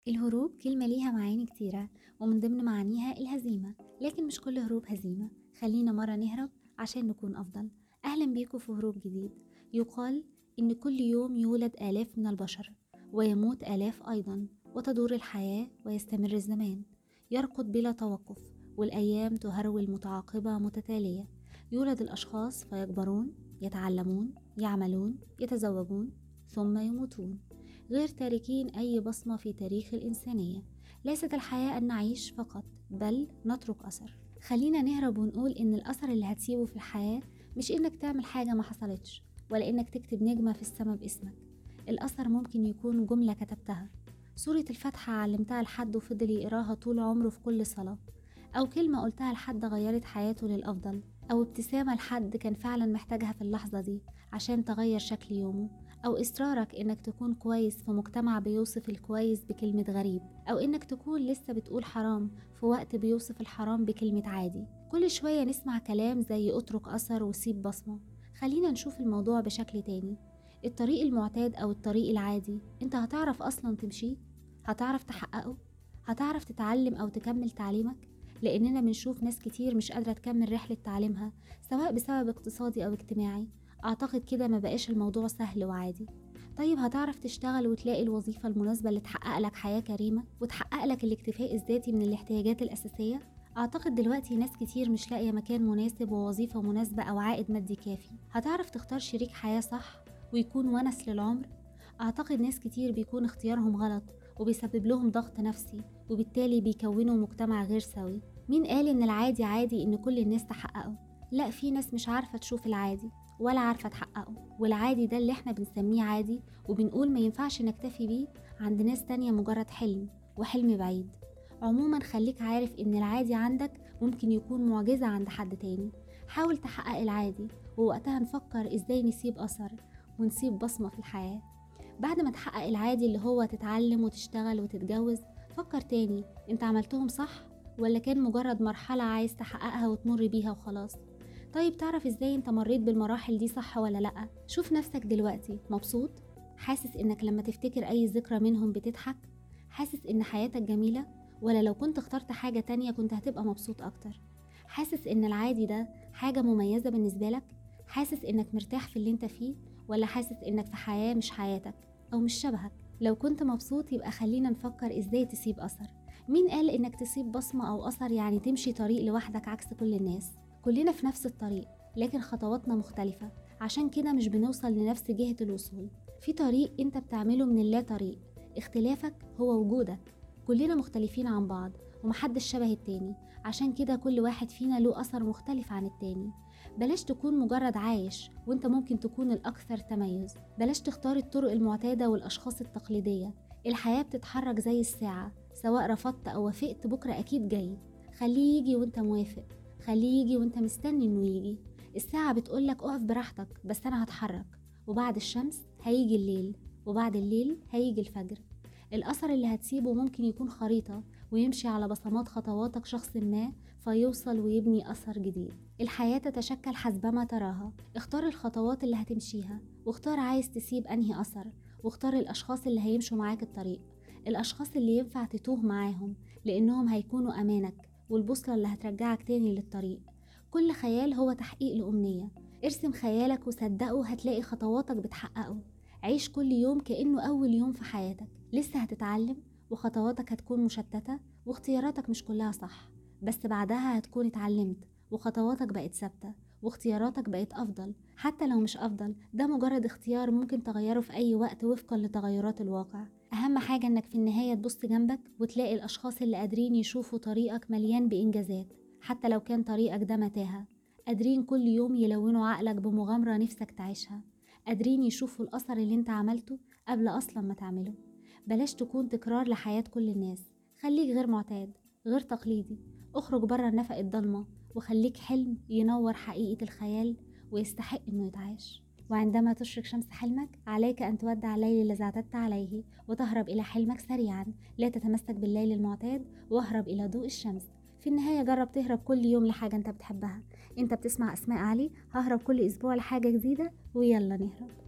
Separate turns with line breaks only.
الهروب كلمة ليها معاني كتيرة، ومن ضمن معانيها الهزيمة. لكن مش كل هروب هزيمة. خلينا مرة نهرب عشان نكون أفضل. أهلا بيكم في هروب جديد. يقال إن كل يوم يولد آلاف من البشر، ويموت آلاف أيضا، وتدور الحياة ويستمر الزمان، يركض بلا توقف، والأيام تهرول متعاقبة متتالية. يولد الأشخاص فيكبرون، يتعلمون، يعملون، يتزوجون، ثم يموتون، غير تاركين أي بصمة في تاريخ الإنسانية. ليست الحياة أن نعيش فقط، بل نترك أثر. خلينا نهرب ونقول إن الأثر اللي هتسيبه في الحياة مش إنك تعمل حاجة ما حصلتش، ولا إنك تكتب نجمة في السماء باسمك. الأثر ممكن يكون جملة كتبتها، سورة الفاتحة علمتها لحد وفضل يقراها طول عمره في كل صلاة، أو كلمة قلتها لحد غيرت حياته للأفضل، أو ابتسامة لحد كان فعلا محتاجها في اللحظة دي عشان تغير شكل يومه، أو إصرارك إنك تكون كويس في مجتمع بيوصف الكويس بكلمة غريب، أو إنك تكون لسه بتقول حرام في وقت بيوصف الحرام بكلمة عادي. كل شوية نسمع كلام زي اترك أثر وسيب بصمة. خلينا نشوف الموضوع بشكل تاني. الطريق المعتاد أو الطريق العادي، أنت هتعرف أصلا تمشيه؟ هتعرف تحققه؟ هتعرف تتعلم أو تكمل تعليمك؟ لأننا بنشوف ناس كتير مش قادرة تكمل رحلة تعليمها، سواء بسبب اقتصادي أو اجتماعي. أعتقد كده ما بقاش الموضوع سهل وعادي. طيب هتعرف تشتغل وتلاقي الوظيفة المناسبة اللي تحقق لك حياة كريمة وتحقق لك الاكتفاء الذاتي من الاحتياجات الأساسية؟ أعتقد دلوقتي ناس كتير مش لاقية مكان مناسب ووظيفة مناسبة أو عائد مادي كافي. هتعرف تختار شريك حياة صح ويكون ونس للعمر؟ أعتقد ناس كتير بيكون اختيارهم غلط وبيسبب لهم ضغط نفسي، وبالتالي بيكونوا مجتمع غير سوي. مين قال إن العادي عادي إن كل الناس تحققه؟ لا، في ناس مش عارفة تشوف العادي ولا عارفة تحققه، والعادي ده اللي احنا بنسميه عادي وبنقول ما ينفعش نكتفي بيه عند ناس تانية مجرد حلم، وحلم بعيد. عموما خليك عارف إن العادي عندك ممكن يكون معجزة عند حد تاني. حاول تحقق العادي، ووقتها نفكر إزاي نسيب أثر ونسيب بصمة في الحياة. بعد ما تحقق العادي اللي هو تتعلم وتشتغل وتتجوز، فكر تاني، انت عملتهم صح ولا كان مجرد مرحلة عايز تحققها وتمر بيها وخلاص؟ طيب تعرف ازاي انت مريت بالمراحل دي صح ولا لأ؟ شوف نفسك دلوقتي مبسوط؟ حاسس انك لما تفتكر اي ذكرى منهم بتضحك؟ حاسس ان حياتك جميلة؟ ولا لو كنت اخترت حاجة تانية كنت هتبقى مبسوط اكتر؟ حاسس ان العادي ده حاجة مميزة بالنسبة لك؟ حاسس انك مرتاح في اللي انت فيه؟ ولا حاسس انك في حياة مش حياتك أو مش شبهك؟ لو كنت مبسوط يبقى خلينا نفكر إزاي تسيب أثر. مين قال إنك تسيب بصمة أو أثر يعني تمشي طريق لوحدك عكس كل الناس؟ كلنا في نفس الطريق، لكن خطواتنا مختلفة، عشان كده مش بنوصل لنفس جهة الوصول. في طريق أنت بتعمله من اللا طريق، اختلافك هو وجودك. كلنا مختلفين عن بعض ومحدش شبه التاني، عشان كده كل واحد فينا له أثر مختلف عن التاني. بلاش تكون مجرد عايش وانت ممكن تكون الأكثر تميز. بلاش تختار الطرق المعتادة والأشخاص التقليدية. الحياة بتتحرك زي الساعة، سواء رفضت أو وافقت بكرة أكيد جاي. خليه يجي وانت موافق، خليه يجي وانت مستني انه يجي. الساعة بتقولك اقف براحتك، بس أنا هتحرك، وبعد الشمس هيجي الليل، وبعد الليل هيجي الفجر. الأثر اللي هتسيبه ممكن يكون خريطة ويمشي على بصمات خطواتك شخص ما، فيوصل ويبني أثر جديد. الحياة تتشكل حسبما تراها. اختار الخطوات اللي هتمشيها، واختار عايز تسيب أنهي أثر، واختار الأشخاص اللي هيمشوا معاك الطريق، الأشخاص اللي ينفع تتوه معاهم، لأنهم هيكونوا أمانك والبوصلة اللي هترجعك تاني للطريق. كل خيال هو تحقيق لأمنية. ارسم خيالك وصدقه هتلاقي خطواتك بتحققه. عيش كل يوم كأنه أول يوم في حياتك، لسه هتتعلم، وخطواتك هتكون مشتتة، واختياراتك مش كلها صح، بس بعدها هتكون اتعلمت، وخطواتك بقت ثابتة، واختياراتك بقت أفضل. حتى لو مش أفضل، ده مجرد اختيار ممكن تغيره في أي وقت وفقا لتغيرات الواقع. أهم حاجة إنك في النهاية تبص جنبك وتلاقي الأشخاص اللي قادرين يشوفوا طريقك مليان بإنجازات، حتى لو كان طريقك ده متاهة. قادرين كل يوم يلونوا عقلك بمغامرة نفسك تعيشها. قادرين يشوفوا الأثر اللي انت عملته قبل أصلا ما تعمله. بلاش تكون تكرار لحياة كل الناس. خليك غير معتاد، غير تقليدي. اخرج برا النفق الضلمة وخليك حلم ينور حقيقة الخيال ويستحق انه يتعاش. وعندما تشرق شمس حلمك عليك أن تودع الليل الذي اعتدت عليه وتهرب إلى حلمك سريعا. لا تتمسك بالليل المعتاد واهرب إلى ضوء الشمس. في النهاية جرب تهرب كل يوم لحاجة انت بتحبها. انت بتسمع أسماء علي. ههرب كل أسبوع لحاجة جديدة، ويلا نهرب.